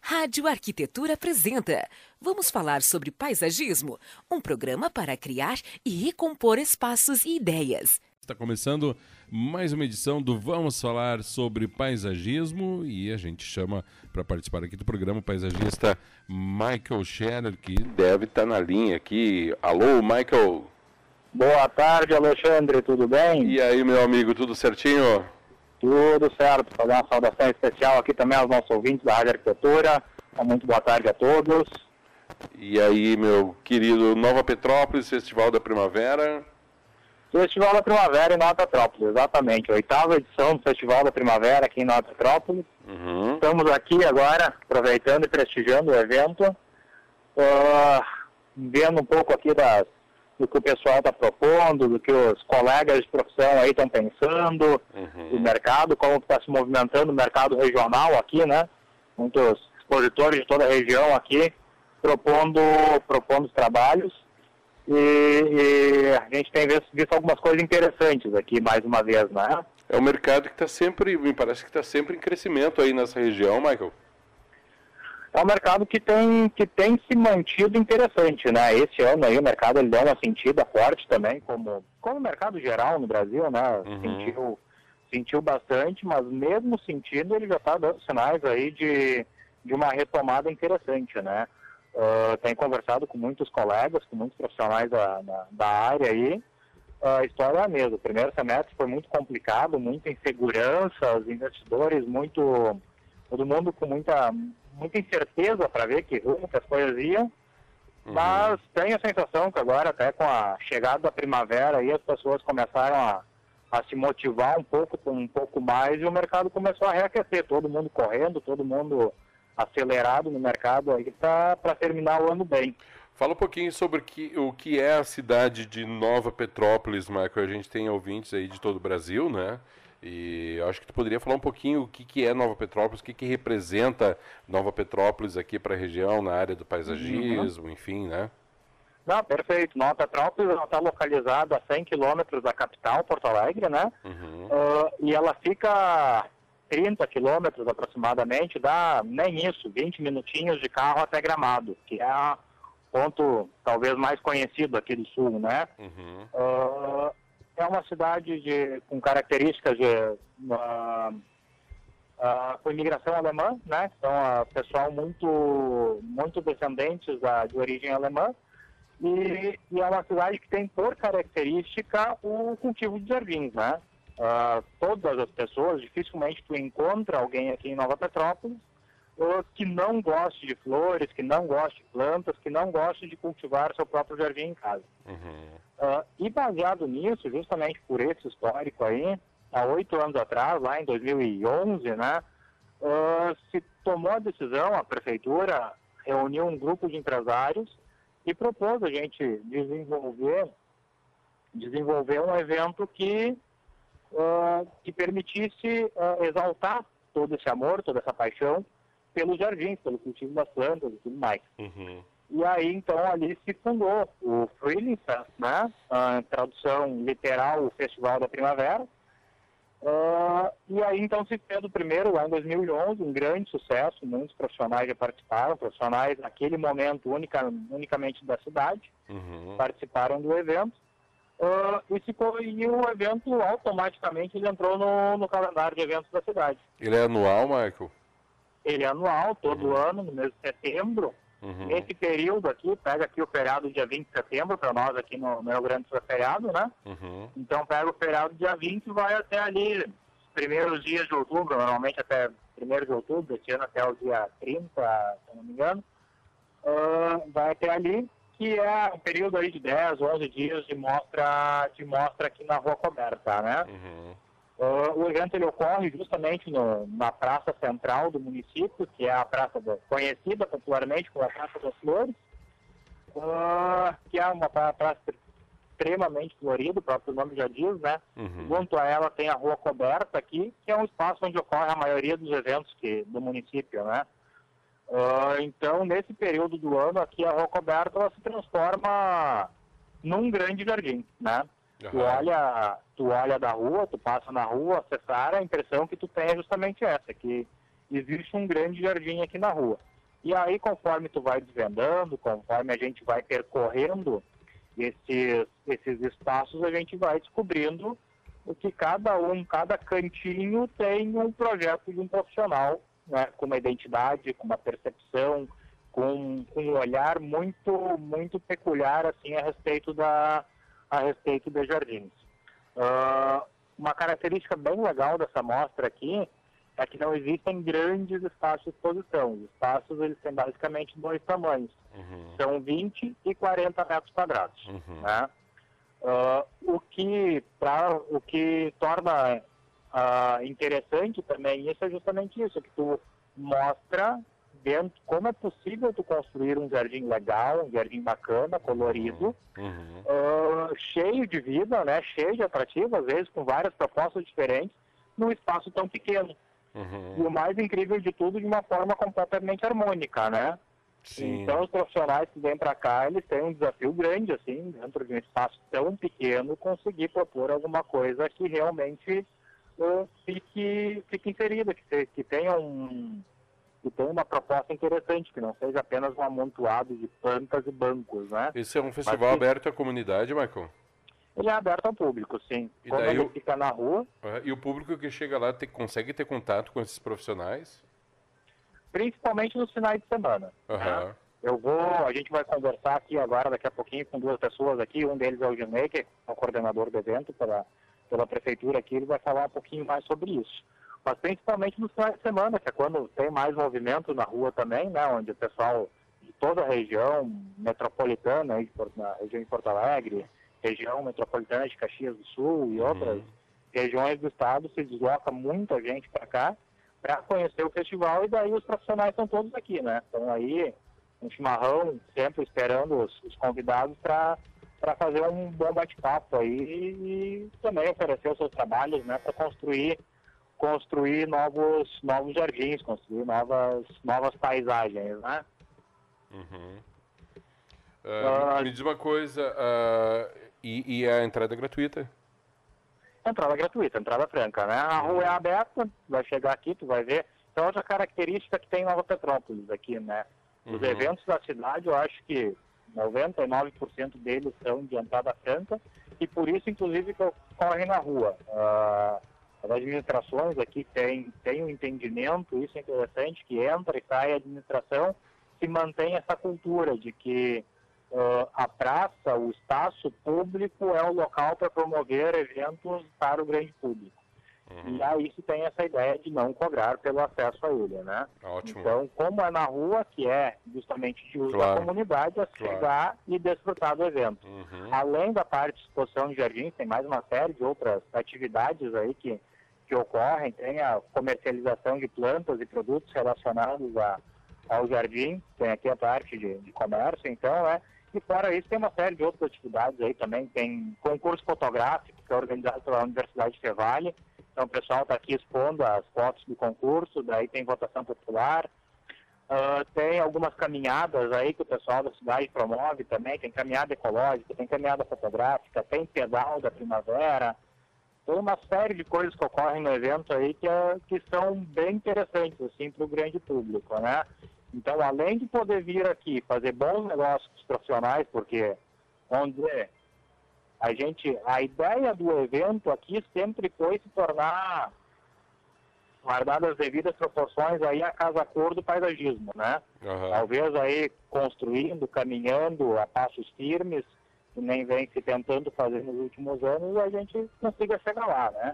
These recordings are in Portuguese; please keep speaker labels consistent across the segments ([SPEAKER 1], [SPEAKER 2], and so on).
[SPEAKER 1] Rádio Arquitetura apresenta Vamos falar sobre paisagismo, um programa para criar e recompor espaços e ideias.
[SPEAKER 2] Está começando mais uma edição do Vamos Falar sobre Paisagismo e a gente chama para participar aqui do programa o paisagista Michael Scherer, que deve estar na linha aqui. Alô, Michael!
[SPEAKER 3] Boa tarde, Alexandre, tudo bem?
[SPEAKER 2] E aí, meu amigo, tudo certinho?
[SPEAKER 3] Tudo certo, fazer uma saudação especial aqui também aos nossos ouvintes da Rádio Arquitetura. Uma muito boa tarde a todos.
[SPEAKER 2] E aí, meu querido, Nova Petrópolis, Festival da Primavera.
[SPEAKER 3] Festival da Primavera em Nova Petrópolis, exatamente. 8ª edição do Festival da Primavera aqui em Nova Petrópolis. Estamos aqui agora, aproveitando e prestigiando o evento, vendo um pouco aqui do que o pessoal está propondo, do que os colegas de profissão aí estão pensando, do mercado, como está se movimentando o mercado regional aqui, né? Muitos expositores de toda a região aqui propondo os trabalhos. E a gente tem visto algumas coisas interessantes aqui, mais uma vez, né?
[SPEAKER 2] É um mercado que está sempre, me parece que está sempre em crescimento aí nessa região, Michael.
[SPEAKER 3] É um mercado que tem se mantido interessante, né? Esse ano aí o mercado ele deu uma sentida forte também, como o mercado geral no Brasil, né? Sentiu bastante, mas mesmo sentindo ele já está dando sinais aí de uma retomada interessante, né? Tenho conversado com muitos colegas, com muitos profissionais da área aí. A história é a mesma. O primeiro semestre foi muito complicado, muita insegurança, os investidores todo mundo com muita incerteza para ver que rumo que as coisas iam, mas tenho a sensação que agora, até com a chegada da primavera, aí as pessoas começaram a se motivar um pouco mais e o mercado começou a reaquecer, todo mundo correndo, todo mundo acelerado no mercado aí para terminar o ano bem.
[SPEAKER 2] Fala um pouquinho sobre o que é a cidade de Nova Petrópolis, Michael. A gente tem ouvintes aí de todo o Brasil, né? E eu acho que tu poderia falar um pouquinho o que é Nova Petrópolis, o que representa Nova Petrópolis aqui para a região, na área do paisagismo, enfim, né?
[SPEAKER 3] Não, perfeito. Nova Petrópolis está localizada a 100 quilômetros da capital, Porto Alegre, né? E ela fica 30 quilômetros aproximadamente, dá nem isso, 20 minutinhos de carro até Gramado, que é o ponto talvez mais conhecido aqui do sul, né? É uma cidade com características com imigração alemã, né? Então, pessoal muito descendentes de origem alemã, e é uma cidade que tem por característica o cultivo de jardins, né? Todas as pessoas, dificilmente tu encontra alguém aqui em Nova Petrópolis que não goste de flores, que não goste de plantas, que não goste de cultivar seu próprio jardim em casa. E baseado nisso, justamente por esse histórico aí, há 8 anos atrás, lá em 2011, né, se tomou a decisão, a prefeitura reuniu um grupo de empresários e propôs a gente desenvolver um evento que permitisse exaltar todo esse amor, toda essa paixão pelos jardins, pelo cultivo das plantas e tudo mais. E aí, então, ali se fundou o Frühling Fest, né? A tradução literal, o Festival da Primavera. E aí, então, se fez o primeiro, lá em 2011, um grande sucesso, muitos profissionais já participaram, profissionais naquele momento unicamente da cidade, participaram do evento. E o evento, automaticamente, ele entrou no calendário de eventos da cidade.
[SPEAKER 2] Ele é anual, Michael?
[SPEAKER 3] Ele é anual, todo ano, no mês de setembro. Nesse período aqui, pega aqui o feriado dia 20 de setembro, para nós aqui no Rio Grande do Sul é feriado, né? Então pega o feriado dia 20 e vai até ali, os primeiros dias de outubro, normalmente até 1º de outubro, esse ano até o dia 30, se não me engano, vai até ali, que é um período aí de 10, 11 dias de mostra aqui na Rua Coberta, né? O evento ele ocorre justamente na praça central do município, que é a praça conhecida popularmente como a Praça das Flores, que é uma praça extremamente florida, o próprio nome já diz, né? Junto a ela tem a Rua Coberta aqui, que é um espaço onde ocorre a maioria dos eventos do município, né? Então, nesse período do ano, aqui a Rua Coberta ela se transforma num grande jardim, né? Tu olha da rua, tu passa na rua, acessar, a impressão que tu tem é justamente essa, que existe um grande jardim aqui na rua. E aí, conforme tu vai desvendando, conforme a gente vai percorrendo esses espaços, a gente vai descobrindo o que cada cantinho tem um projeto de um profissional, né, com uma identidade, com uma percepção, com um olhar muito, muito peculiar assim, a respeito de jardins. Uma característica bem legal dessa mostra aqui é que não existem grandes espaços de exposição. Os espaços eles têm basicamente dois tamanhos. São 20 e 40 metros quadrados. Né? O que torna interessante também isso é justamente isso, que tu mostra dentro como é possível tu construir um jardim legal, um jardim bacana, colorido, cheio de vida, né? Cheio de atrativo, às vezes com várias propostas diferentes, num espaço tão pequeno. E o mais incrível de tudo, de uma forma completamente harmônica, né? Sim. Então, os profissionais que vêm para cá, eles têm um desafio grande, assim, dentro de um espaço tão pequeno, conseguir propor alguma coisa que realmente fique inserida, que tenha uma proposta interessante, que não seja apenas um amontoado de plantas e bancos, né?
[SPEAKER 2] Esse é um festival aberto à comunidade, Michael?
[SPEAKER 3] Ele é aberto ao público, sim.
[SPEAKER 2] E
[SPEAKER 3] como
[SPEAKER 2] daí
[SPEAKER 3] ele fica na rua...
[SPEAKER 2] E o público que chega lá consegue ter contato com esses profissionais?
[SPEAKER 3] Principalmente nos finais de semana. Né? A gente vai conversar aqui agora, daqui a pouquinho, com duas pessoas aqui. Um deles é o Gilney, que é o coordenador do evento pela prefeitura aqui. Ele vai falar um pouquinho mais sobre isso. Mas principalmente nos finais de semana, que é quando tem mais movimento na rua também, né? Onde o pessoal de toda a região metropolitana, na região de Porto Alegre, região metropolitana de Caxias do Sul e outras regiões do estado, se desloca muita gente para cá para conhecer o festival, e daí os profissionais estão todos aqui, né? Estão aí, um chimarrão, sempre esperando os convidados para fazer um bom bate-papo aí e também oferecer os seus trabalhos, né? Para construir novos jardins, construir novas paisagens, né?
[SPEAKER 2] Me diz uma coisa, e a entrada é gratuita?
[SPEAKER 3] Entrada gratuita, entrada franca, né? A rua é aberta, vai chegar aqui, tu vai ver. Então, outra característica que tem em Nova Petrópolis aqui, né? Os eventos da cidade, eu acho que 99% deles são de entrada franca, e por isso, inclusive, que ocorrem na rua. As administrações aqui têm um entendimento, isso é interessante, que entra e sai a administração, se mantém essa cultura de que a praça, o espaço público é o local para promover eventos para o grande público. E aí se tem essa ideia de não cobrar pelo acesso a ele, né?
[SPEAKER 2] Ótimo.
[SPEAKER 3] Então, como é na rua, que é justamente de uso da comunidade, é chegar e desfrutar do evento. Além da parte de exposição de jardins, tem mais uma série de outras atividades aí que ocorrem. Tem a comercialização de plantas e produtos relacionados ao jardim, tem aqui a parte de comércio, então, e fora isso tem uma série de outras atividades aí também. Tem concurso fotográfico, que é organizado pela Universidade de Fevale, então o pessoal está aqui expondo as fotos do concurso, daí tem votação popular, tem algumas caminhadas aí que o pessoal da cidade promove também, tem caminhada ecológica, tem caminhada fotográfica, tem pedal da primavera, tem uma série de coisas que ocorrem no evento aí que são bem interessantes assim, para o grande público, né? Então, além de poder vir aqui fazer bons negócios com os profissionais, porque, vamos dizer, a ideia do evento aqui sempre foi se tornar, guardadas as devidas proporções, aí a casa-cor do paisagismo, né? Talvez aí construindo, caminhando a passos firmes, que nem vem se tentando fazer nos últimos anos, a gente consiga chegar lá, né?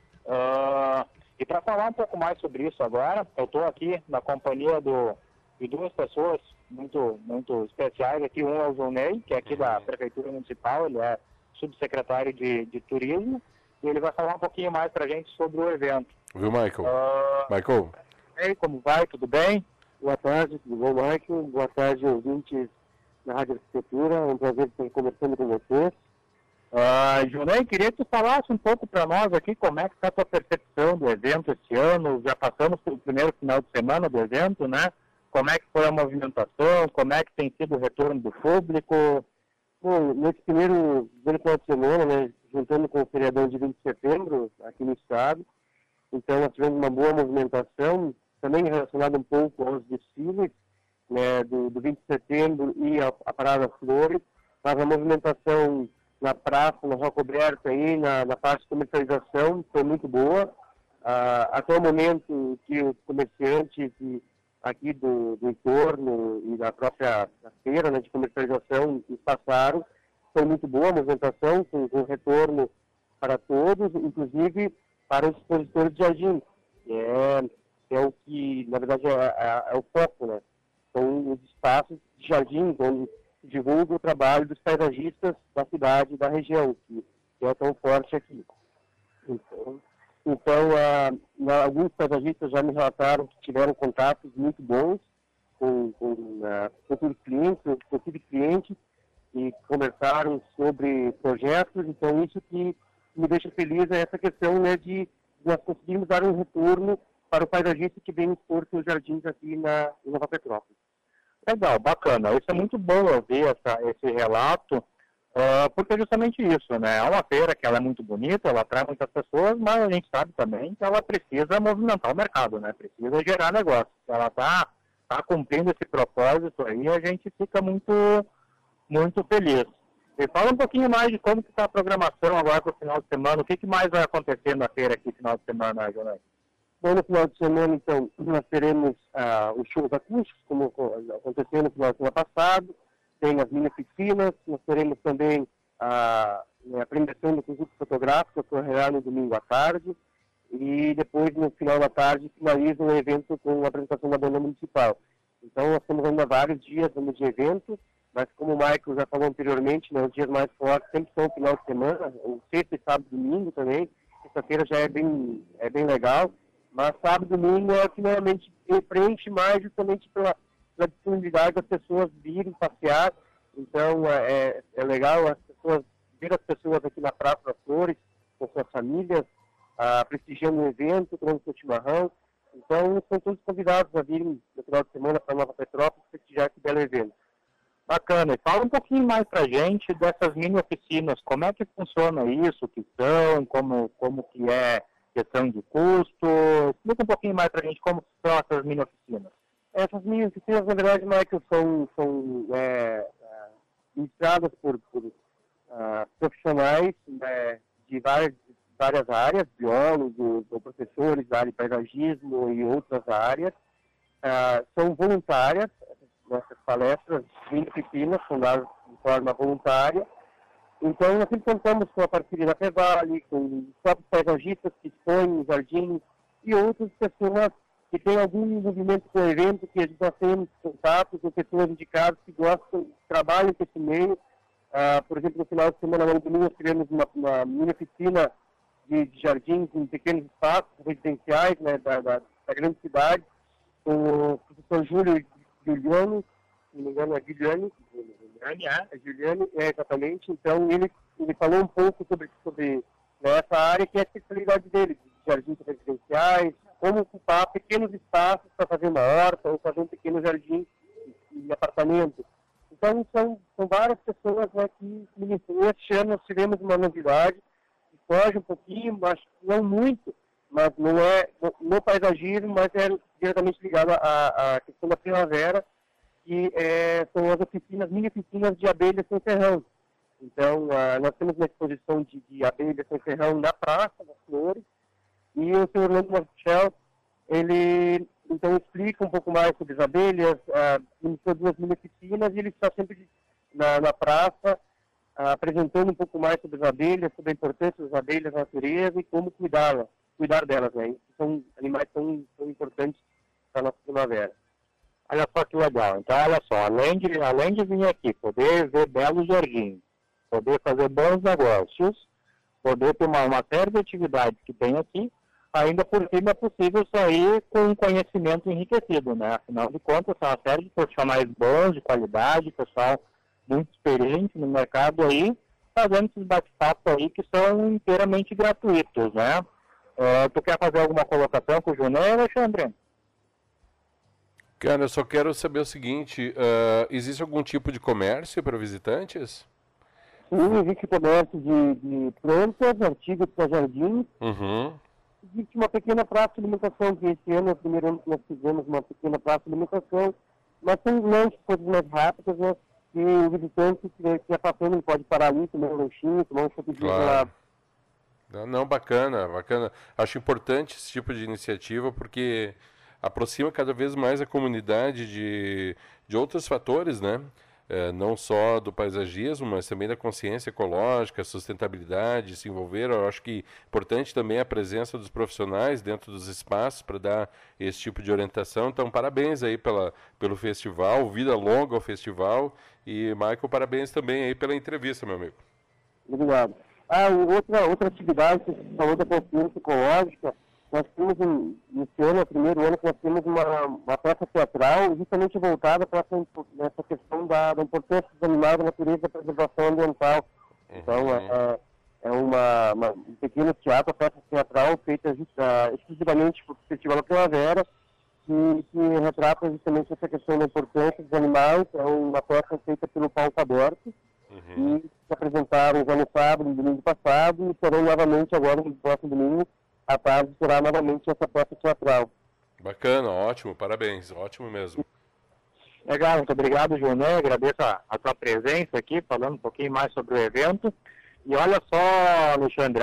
[SPEAKER 3] E para falar um pouco mais sobre isso agora, eu estou aqui na companhia de duas pessoas muito, muito especiais aqui. Um é o Gilney, que é aqui da Prefeitura Municipal, ele é subsecretário de Turismo, e ele vai falar um pouquinho mais para a gente sobre o evento.
[SPEAKER 2] Viu, Michael? Michael?
[SPEAKER 3] Ei, como vai? Tudo bem? Boa tarde, tudo bom, Michael? Boa tarde, ouvintes da Rádio Arquitetura. É um prazer estar conversando com vocês. Gilney, queria que tu falasse um pouco para nós aqui como é que está a tua percepção do evento esse ano. Já passamos pelo primeiro final de semana do evento, né? Como é que foi a movimentação? Como é que tem sido o retorno do público?
[SPEAKER 4] Bom, nesse primeiro final de semana, né, juntando com o feriadão de 20 de setembro, aqui no estado, então nós tivemos uma boa movimentação, também relacionada um pouco aos desfiles, né, do 20 de setembro e a Parada das Flores, mas a movimentação na praça, na rua coberta e na parte de comercialização foi muito boa. Até o momento que os comerciantes aqui do entorno e da própria feira, né, de comercialização passaram, foi muito boa a movimentação, com retorno para todos, inclusive para os expositores de jardim, que é o que, na verdade, é o foco, né? São os espaços de jardim, onde se divulga o trabalho dos paisagistas da cidade e da região, que é tão forte aqui. Então, alguns paisagistas já me relataram que tiveram contatos muito bons com futuros clientes e conversaram sobre projetos. Então, isso que me deixa feliz é essa questão, né, de nós conseguirmos dar um retorno para o paisagista que vem expor seus jardins aqui em Nova Petrópolis.
[SPEAKER 3] Legal, bacana. Isso é muito bom ouvir esse relato, porque é justamente isso, né? É uma feira que ela é muito bonita, ela atrai muitas pessoas, mas a gente sabe também que ela precisa movimentar o mercado, né? Precisa gerar negócio. Se ela está cumprindo esse propósito aí, a gente fica muito, muito feliz. E fala um pouquinho mais de como está a programação agora para o final de semana. O que mais vai acontecer na feira aqui no final de semana, Jonathan?
[SPEAKER 4] Bom, no final de semana, então, nós teremos os shows acústicos, como aconteceu no final de semana passado. Tem as mini piscinas, nós teremos também a premiação do concurso fotográfico, que ocorrerá no domingo à tarde. E depois, no final da tarde, finaliza o evento com a apresentação da banda municipal. Então, nós estamos ainda vários dias de evento, mas como o Michael já falou anteriormente, né, os dias mais fortes sempre são o final de semana, ou sexta e sábado e domingo também. Sexta-feira já é bem legal. Mas sábado e domingo é o que normalmente preenche mais justamente pela disponibilidade das pessoas virem passear. Então é legal as pessoas ver as pessoas aqui na Praça das Flores com suas famílias, prestigiando o evento, tomando seu chimarrão. Então são todos convidados a virem no final de semana para Nova Petrópolis prestigiar esse belo evento.
[SPEAKER 3] Bacana. E fala um pouquinho mais para a gente dessas mini oficinas. Como é que funciona isso? O que são? Como que é questão de custo? Explica um pouquinho mais para a gente como são essas mini oficinas.
[SPEAKER 4] Essas mini oficinas, na verdade, Michael, são ministradas por profissionais de várias áreas, biólogos ou professores da área de paisagismo e outras áreas. São voluntárias, essas palestras mini oficinas são dadas de forma voluntária. Então, nós sempre contamos com a parceria da Fevale, com os próprios paisagistas que expõem os jardins e outras pessoas que têm algum envolvimento com o evento, que a gente já tem contato com pessoas indicadas que gostam, trabalham com esse meio. Por exemplo, no final de semana, no domingo, nós tivemos uma mini oficina de jardins em pequenos espaços residenciais, né, da grande cidade, com o professor Juliano, se não me engano, é Juliane, exatamente. Então, ele falou um pouco sobre essa área que é a especialidade dele, de jardins residenciais, como ocupar pequenos espaços para fazer uma horta ou fazer um pequeno jardim em apartamento. Então, são várias pessoas, né, que este ano nós tivemos uma novidade, que foge um pouquinho, mas não muito, mas não é no paisagismo, mas é diretamente ligado à questão da primavera, que são as mini oficinas de abelhas sem ferrão. Então, nós temos uma exposição de abelhas sem ferrão na Praça das Flores, e o senhor Orlando Marchel, ele então explica um pouco mais sobre as abelhas, iniciou 2 mini oficinas, e ele está sempre na praça, apresentando um pouco mais sobre as abelhas, sobre a importância das abelhas na natureza e como cuidar delas, né? São animais tão importantes para a nossa primavera.
[SPEAKER 3] Olha só que legal. Então, olha só, além de vir aqui, poder ver belos jardins, poder fazer bons negócios, poder ter uma série de atividades que tem aqui, ainda por cima é possível sair com um conhecimento enriquecido, né? Afinal de contas, são uma série de profissionais bons, de qualidade, pessoal muito experiente no mercado aí, fazendo esses bate-papos aí que são inteiramente gratuitos, né? Tu quer fazer alguma colocação com o Júnior, Alexandre?
[SPEAKER 2] Cara, eu só quero saber o seguinte, existe algum tipo de comércio para visitantes?
[SPEAKER 4] Sim, existe comércio de plantas, artigos para jardins.
[SPEAKER 2] Uhum.
[SPEAKER 4] Existe uma pequena praça de alimentação, que esse ano, no primeiro ano que nós fizemos uma pequena praça de alimentação, Mas tem coisas mais rápidas, né? E o visitante que estiver passando, ele pode parar ali, tomar um lanchinho, tomar um chopezinho lá.
[SPEAKER 2] Não, bacana. Acho importante esse tipo de iniciativa porque aproxima cada vez mais a comunidade de outros fatores, né? Não só do paisagismo, mas também da consciência ecológica, sustentabilidade, se envolver. Eu acho que importante também a presença dos profissionais dentro dos espaços para dar esse tipo de orientação. Então, parabéns aí pelo festival, vida longa ao festival. E, Michael, parabéns também aí pela entrevista, meu amigo.
[SPEAKER 4] Obrigado. Outra atividade, você falou da consciência ecológica, nós temos, nesse ano, o primeiro ano, que nós temos uma peça teatral justamente voltada para essa questão da importância dos animais, da natureza, da preservação ambiental. Então, um pequeno teatro, uma peça teatral feita exclusivamente para o Festival da Primavera, que retrata justamente essa questão da importância dos animais. É uma peça feita pelo Palco Aberto, e se apresentaram já no sábado, no domingo passado, e serão novamente agora no próximo domingo, à tarde, será novamente essa peça teatral.
[SPEAKER 2] Bacana, ótimo, parabéns, ótimo mesmo.
[SPEAKER 3] Legal, muito obrigado, Joné, agradeço a tua presença aqui, falando um pouquinho mais sobre o evento. E olha só, Alexandre,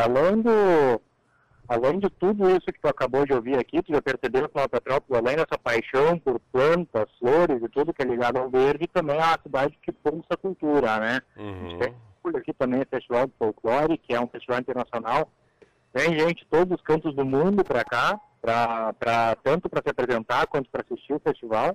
[SPEAKER 3] além de tudo isso que tu acabou de ouvir aqui, tu já percebeu que Nova Petrópolis, além dessa paixão por plantas, flores e tudo que é ligado ao verde, também é uma cidade que pulsa a cultura, né? A gente tem aqui também o Festival do Folclore, que é um festival internacional. Tem gente de todos os cantos do mundo para cá, tanto para se apresentar quanto para assistir o festival,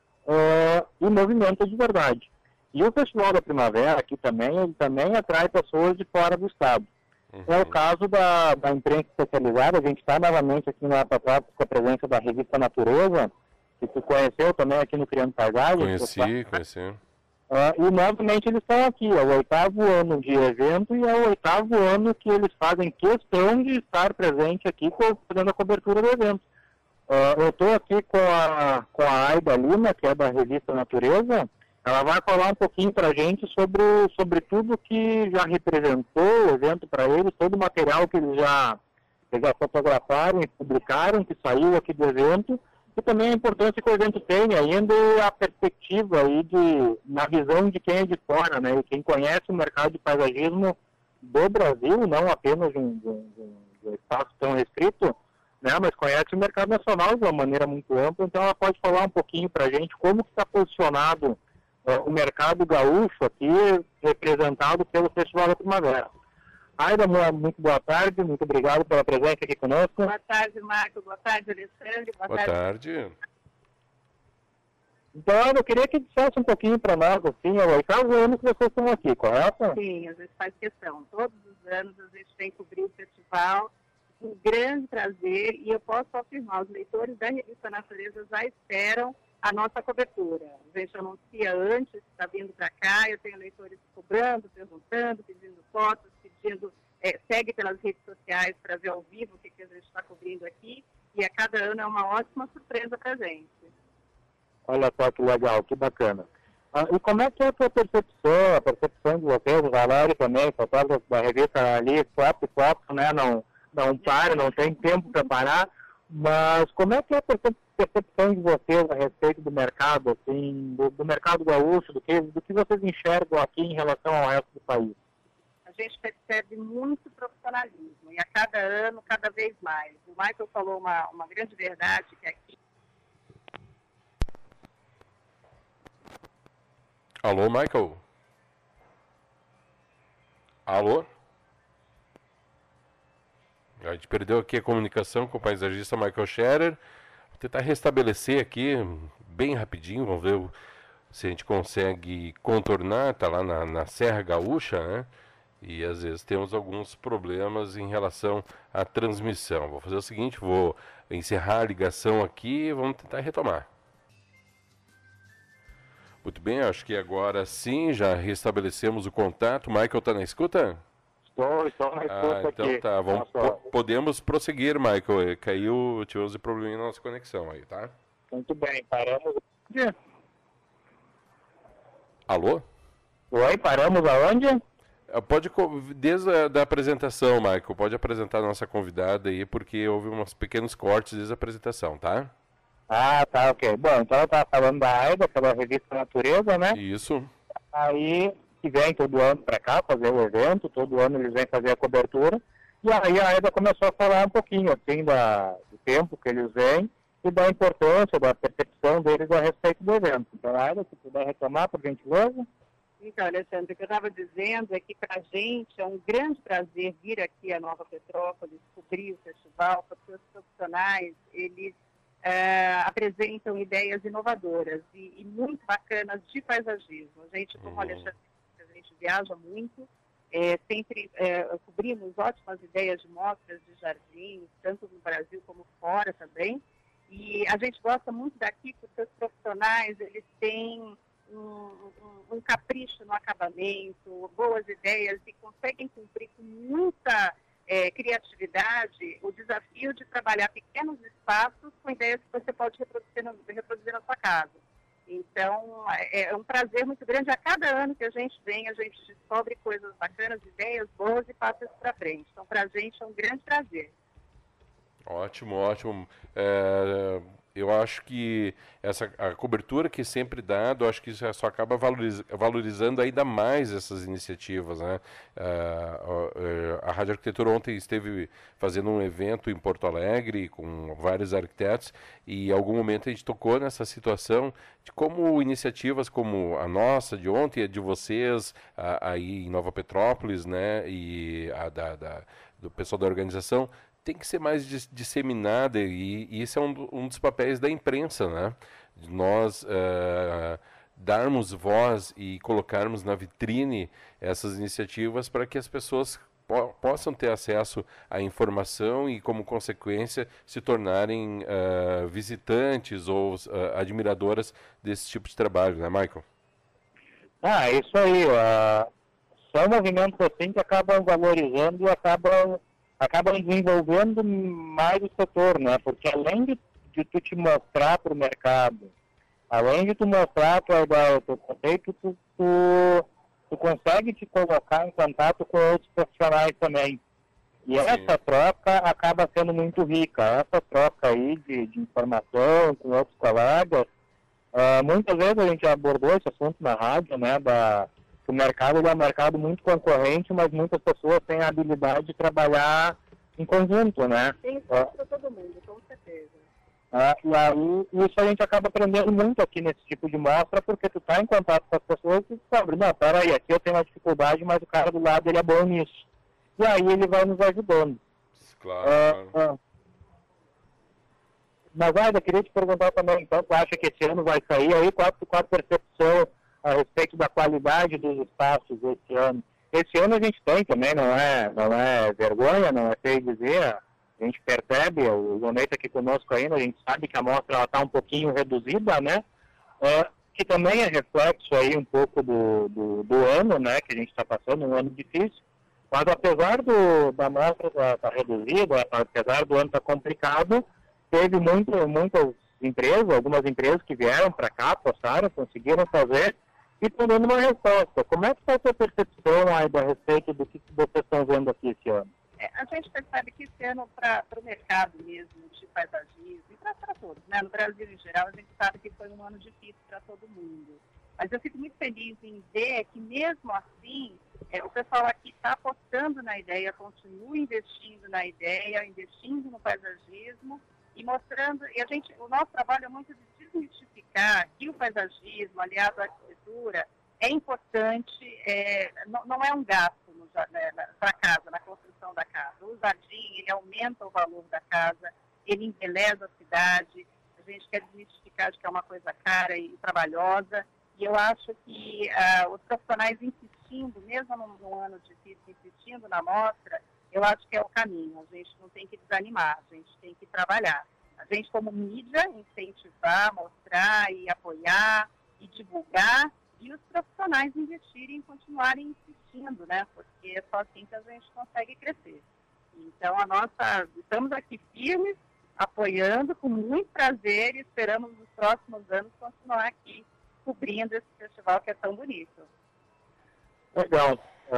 [SPEAKER 3] e movimenta de verdade. E o Festival da Primavera aqui também, ele também atrai pessoas de fora do estado. É o caso da imprensa especializada. A gente está novamente aqui na Petrópolis com a presença da revista Natureza, que tu conheceu também aqui no Criando Paisagem.
[SPEAKER 2] Conheci.
[SPEAKER 3] E novamente eles estão aqui, é o 8º ano de evento e é o 8º ano que eles fazem questão de estar presente aqui fazendo a cobertura do evento. Eu estou aqui com a Aida Lima, que é da revista Natureza. Ela vai falar um pouquinho para a gente sobre tudo que já representou o evento para eles, todo o material que eles já fotografaram e publicaram, que saiu aqui do evento, e também a importância que o evento tem ainda e a perspectiva aí na visão de quem é de fora, né? E quem conhece o mercado de paisagismo do Brasil, não apenas de um espaço tão restrito, né? Mas conhece o mercado nacional de uma maneira muito ampla. Então ela pode falar um pouquinho para a gente como que está posicionado o mercado gaúcho aqui, representado pelo Festival da Primavera. Aida, muito boa tarde, muito obrigado pela presença aqui conosco.
[SPEAKER 5] Boa tarde, Marco, boa tarde, Alexandre.
[SPEAKER 2] Boa tarde.
[SPEAKER 3] Então, eu queria que dissesse um pouquinho para nós, assim, é o 8º ano que vocês estão aqui, correto?
[SPEAKER 5] Sim, a gente faz questão. Todos os anos a gente vem cobrir o festival, um grande prazer, e eu posso afirmar, os leitores da revista Natureza já esperam a nossa cobertura. A gente anuncia antes, está vindo para cá, eu tenho leitores cobrando, perguntando, pedindo fotos, segue pelas redes sociais para ver ao vivo o que a gente está cobrindo aqui, e a cada ano é uma ótima surpresa para a gente.
[SPEAKER 3] Olha só que legal, que bacana. E como é que é a tua percepção, a percepção de vocês, o Valério também, fotógrafo da revista ali, foto, né, não para, não tem tempo para parar, mas como é que é a percepção de vocês a respeito do mercado, assim, do mercado gaúcho, do que vocês enxergam aqui em relação ao resto do país?
[SPEAKER 5] A gente percebe muito profissionalismo, e a cada ano, cada vez mais. O Michael falou uma grande verdade, que aqui...
[SPEAKER 2] Alô, Michael? Alô? A gente perdeu aqui a comunicação com o paisagista Michael Scherer. Vou tentar restabelecer aqui bem rapidinho, vamos ver se a gente consegue contornar. Está lá na Serra Gaúcha, né? E às vezes temos alguns problemas em relação à transmissão. Vou fazer o seguinte, vou encerrar a ligação aqui e vamos tentar retomar. Muito bem, acho que agora sim, já restabelecemos o contato. Michael, está na escuta?
[SPEAKER 3] Estou na escuta
[SPEAKER 2] então
[SPEAKER 3] aqui.
[SPEAKER 2] Tá, podemos prosseguir, Michael. Tivemos um probleminha na nossa conexão aí, tá?
[SPEAKER 3] Muito bem, paramos.
[SPEAKER 2] Alô?
[SPEAKER 3] Oi, paramos aonde?
[SPEAKER 2] Pode, desde a apresentação, Michael, pode apresentar a nossa convidada aí, porque houve uns pequenos cortes desde a apresentação, tá?
[SPEAKER 3] Ah, tá, ok. Bom, então eu estava falando da AIDA, pela revista Natureza, né?
[SPEAKER 2] Isso.
[SPEAKER 3] Aí, que vem todo ano para cá fazer o evento, todo ano eles vêm fazer a cobertura. E aí a AIDA começou a falar um pouquinho, assim, do tempo que eles vêm e da importância, da percepção deles a respeito do evento. Então, AIDA, se puder retomar, por gentileza.
[SPEAKER 5] Então, Alexandre, o que eu estava dizendo é que para a gente é um grande prazer vir aqui a Nova Petrópolis, cobrir o festival, porque os profissionais, eles apresentam ideias inovadoras e muito bacanas de paisagismo. A gente, como Alexandre, a gente viaja muito, sempre cobrimos ótimas ideias de mostras de jardins, tanto no Brasil como fora também. E a gente gosta muito daqui porque os profissionais, eles têm um capricho no acabamento, boas ideias e conseguem cumprir com muita criatividade o desafio de trabalhar pequenos espaços com ideias que você pode reproduzir na sua casa. Então, é um prazer muito grande. A cada ano que a gente vem, a gente descobre coisas bacanas, ideias boas e passa isso para frente. Então, para a gente é um grande prazer.
[SPEAKER 2] Ótimo, ótimo. Eu acho que a cobertura que é sempre dado, acho que isso só acaba valorizando ainda mais essas iniciativas, né? A Rádio Arquitetura ontem esteve fazendo um evento em Porto Alegre com vários arquitetos e em algum momento a gente tocou nessa situação de como iniciativas como a nossa de ontem, a de vocês aí em Nova Petrópolis, né? E do pessoal da organização, tem que ser mais disseminada e isso é um dos papéis da imprensa, né? De nós darmos voz e colocarmos na vitrine essas iniciativas para que as pessoas possam ter acesso à informação e, como consequência, se tornarem visitantes ou admiradoras desse tipo de trabalho, né, Michael?
[SPEAKER 3] Isso aí. São movimentos assim que acabam valorizando e acabam desenvolvendo mais o setor, né? Porque além de tu te mostrar para o mercado, além de tu mostrar o teu conceito, tu consegue te colocar em contato com outros profissionais também. E essa troca acaba sendo muito rica. Essa troca aí de informação com outros colegas, muitas vezes a gente abordou esse assunto na rádio, né? O mercado é um mercado muito concorrente, mas muitas pessoas têm a habilidade de trabalhar em conjunto, né?
[SPEAKER 5] Tem espaço para todo mundo, com certeza.
[SPEAKER 3] E aí, isso a gente acaba aprendendo muito aqui nesse tipo de mostra, porque tu tá em contato com as pessoas e descobre, não, peraí, aqui eu tenho uma dificuldade, mas o cara do lado ele é bom nisso. E aí ele vai nos ajudando.
[SPEAKER 2] Claro.
[SPEAKER 3] Mas, Aida, queria te perguntar também, então, tu acha que esse ano vai sair aí? Qual a percepção a respeito da qualidade dos espaços esse ano? Esse ano a gente tem também, não é vergonha, não é feio dizer, a gente percebe, o Jonei está aqui conosco ainda, a gente sabe que a amostra está um pouquinho reduzida, né? Que também é reflexo aí um pouco do ano, né, que a gente está passando, um ano difícil, mas apesar da amostra estar reduzida, apesar do ano estar complicado, teve muitas empresas, algumas empresas que vieram para cá, postaram, conseguiram fazer, e estão dando uma resposta. Como é que está a sua percepção aí a respeito do que vocês estão vendo aqui esse ano?
[SPEAKER 5] A gente percebe que esse ano, para o mercado mesmo, de paisagismo, e para todos, né? No Brasil em geral, a gente sabe que foi um ano difícil para todo mundo. Mas eu fico muito feliz em ver que, mesmo assim, o pessoal aqui está apostando na ideia, continua investindo na ideia, investindo no paisagismo, e mostrando, o nosso trabalho é muito de desmistificar que o paisagismo, aliado à arquitetura, é importante, não é um gasto para a casa, na construção da casa. O jardim, ele aumenta o valor da casa, ele embeleza a cidade, a gente quer desmistificar de que é uma coisa cara e trabalhosa, e eu acho que os profissionais insistindo, mesmo num ano difícil, insistindo na mostra, eu acho que é o caminho. A gente não tem que desanimar, a gente tem que trabalhar. A gente, como mídia, incentivar, mostrar e apoiar e divulgar, e os profissionais investirem e continuarem insistindo, né? Porque é só assim que a gente consegue crescer. Então, estamos aqui firmes, apoiando com muito prazer e esperamos nos próximos anos continuar aqui cobrindo esse festival que é tão bonito.
[SPEAKER 3] Legal.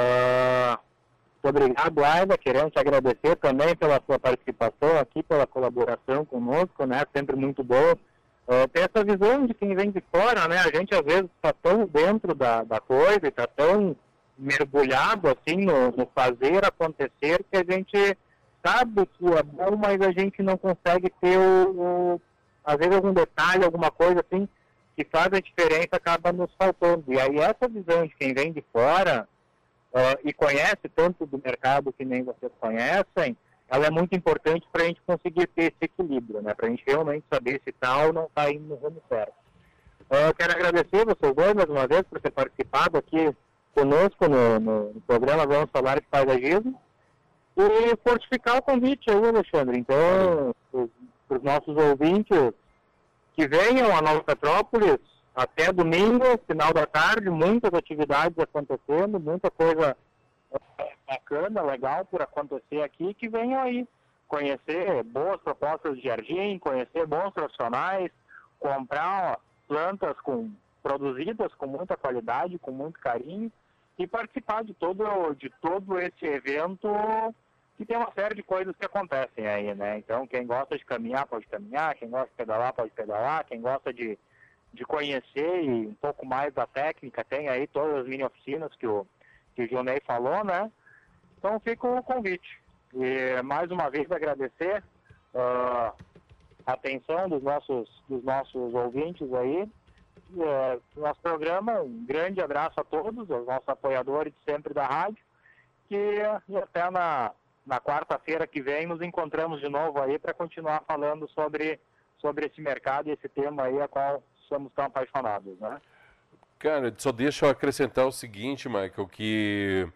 [SPEAKER 3] Muito obrigado, Aida. Queremos te agradecer também pela sua participação aqui, pela colaboração conosco, né? Sempre muito bom Ter essa visão de quem vem de fora, né? A gente às vezes está tão dentro da coisa, está tão mergulhado assim no fazer acontecer, que a gente sabe que é bom, mas a gente não consegue ter às vezes algum detalhe, alguma coisa assim que faz a diferença, acaba nos faltando. E aí essa visão de quem vem de fora e conhece tanto do mercado que nem vocês conhecem, ela é muito importante para a gente conseguir ter esse equilíbrio, né? Para a gente realmente saber se tal não está indo no rumo certo. Eu quero agradecer vocês dois mais uma vez por ter participado aqui conosco no programa Vamos Falar de Paisagismo e fortificar o convite aí, Alexandre. Então, para os nossos ouvintes que venham a Nova Petrópolis até domingo, final da tarde, muitas atividades acontecendo, muita coisa bacana, legal por acontecer aqui, que venham aí conhecer boas propostas de jardim, conhecer bons profissionais, comprar plantas produzidas com muita qualidade, com muito carinho, e participar de todo esse evento, que tem uma série de coisas que acontecem aí, né? Então, quem gosta de caminhar, pode caminhar, quem gosta de pedalar, pode pedalar, quem gosta de conhecer e um pouco mais da técnica, tem aí todas as mini oficinas que o Gilney falou, né? Então, fica o convite. E, mais uma vez, agradecer a atenção dos nossos ouvintes aí, nosso programa. Um grande abraço a todos, aos nossos apoiadores sempre da rádio, e até na quarta-feira que vem nos encontramos de novo aí para continuar falando sobre esse mercado e esse tema aí a qual somos tão apaixonados, né?
[SPEAKER 2] Cara, só deixa eu acrescentar o seguinte, Michael, que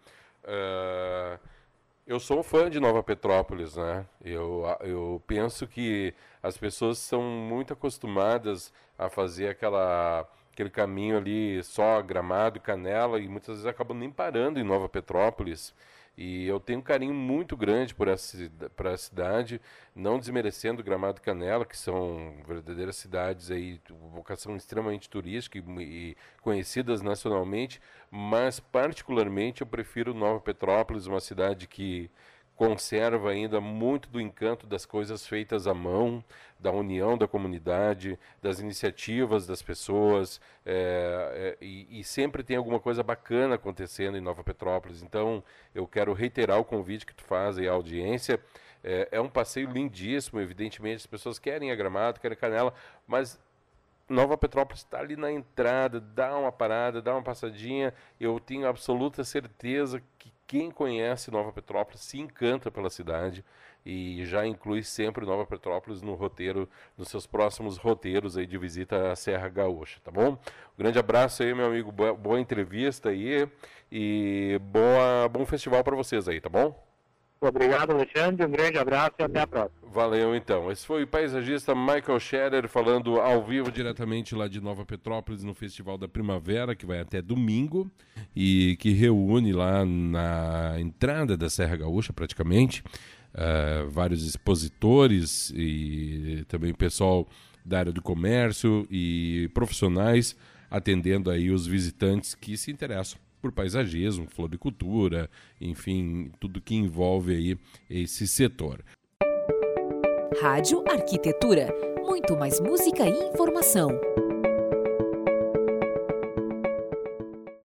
[SPEAKER 2] eu sou um fã de Nova Petrópolis, né? Eu penso que as pessoas são muito acostumadas a fazer aquele caminho ali só Gramado, Canela, e muitas vezes acabam nem parando em Nova Petrópolis. E eu tenho um carinho muito grande por essa cidade, não desmerecendo Gramado e Canela, que são verdadeiras cidades aí de vocação extremamente turística e conhecidas nacionalmente, mas particularmente eu prefiro Nova Petrópolis, uma cidade que conserva ainda muito do encanto das coisas feitas à mão, da união da comunidade, das iniciativas das pessoas, e sempre tem alguma coisa bacana acontecendo em Nova Petrópolis. Então, eu quero reiterar o convite que tu faz aí à audiência. É um passeio lindíssimo, evidentemente, as pessoas querem a Gramado, querem Canela, mas Nova Petrópolis está ali na entrada, dá uma parada, dá uma passadinha. Eu tenho absoluta certeza que quem conhece Nova Petrópolis se encanta pela cidade e já inclui sempre Nova Petrópolis no roteiro, nos seus próximos roteiros aí de visita à Serra Gaúcha, tá bom? Um grande abraço aí, meu amigo, boa entrevista aí e bom festival para vocês aí, tá bom?
[SPEAKER 3] Obrigado, Alexandre, um grande abraço e até a próxima.
[SPEAKER 2] Valeu, então. Esse foi o paisagista Michael Scherer falando ao vivo diretamente lá de Nova Petrópolis no Festival da Primavera, que vai até domingo e que reúne lá na entrada da Serra Gaúcha, praticamente, vários expositores e também pessoal da área do comércio e profissionais atendendo aí os visitantes que se interessam por paisagismo, floricultura, enfim, tudo que envolve aí esse setor.
[SPEAKER 1] Rádio Arquitetura, muito mais música e informação.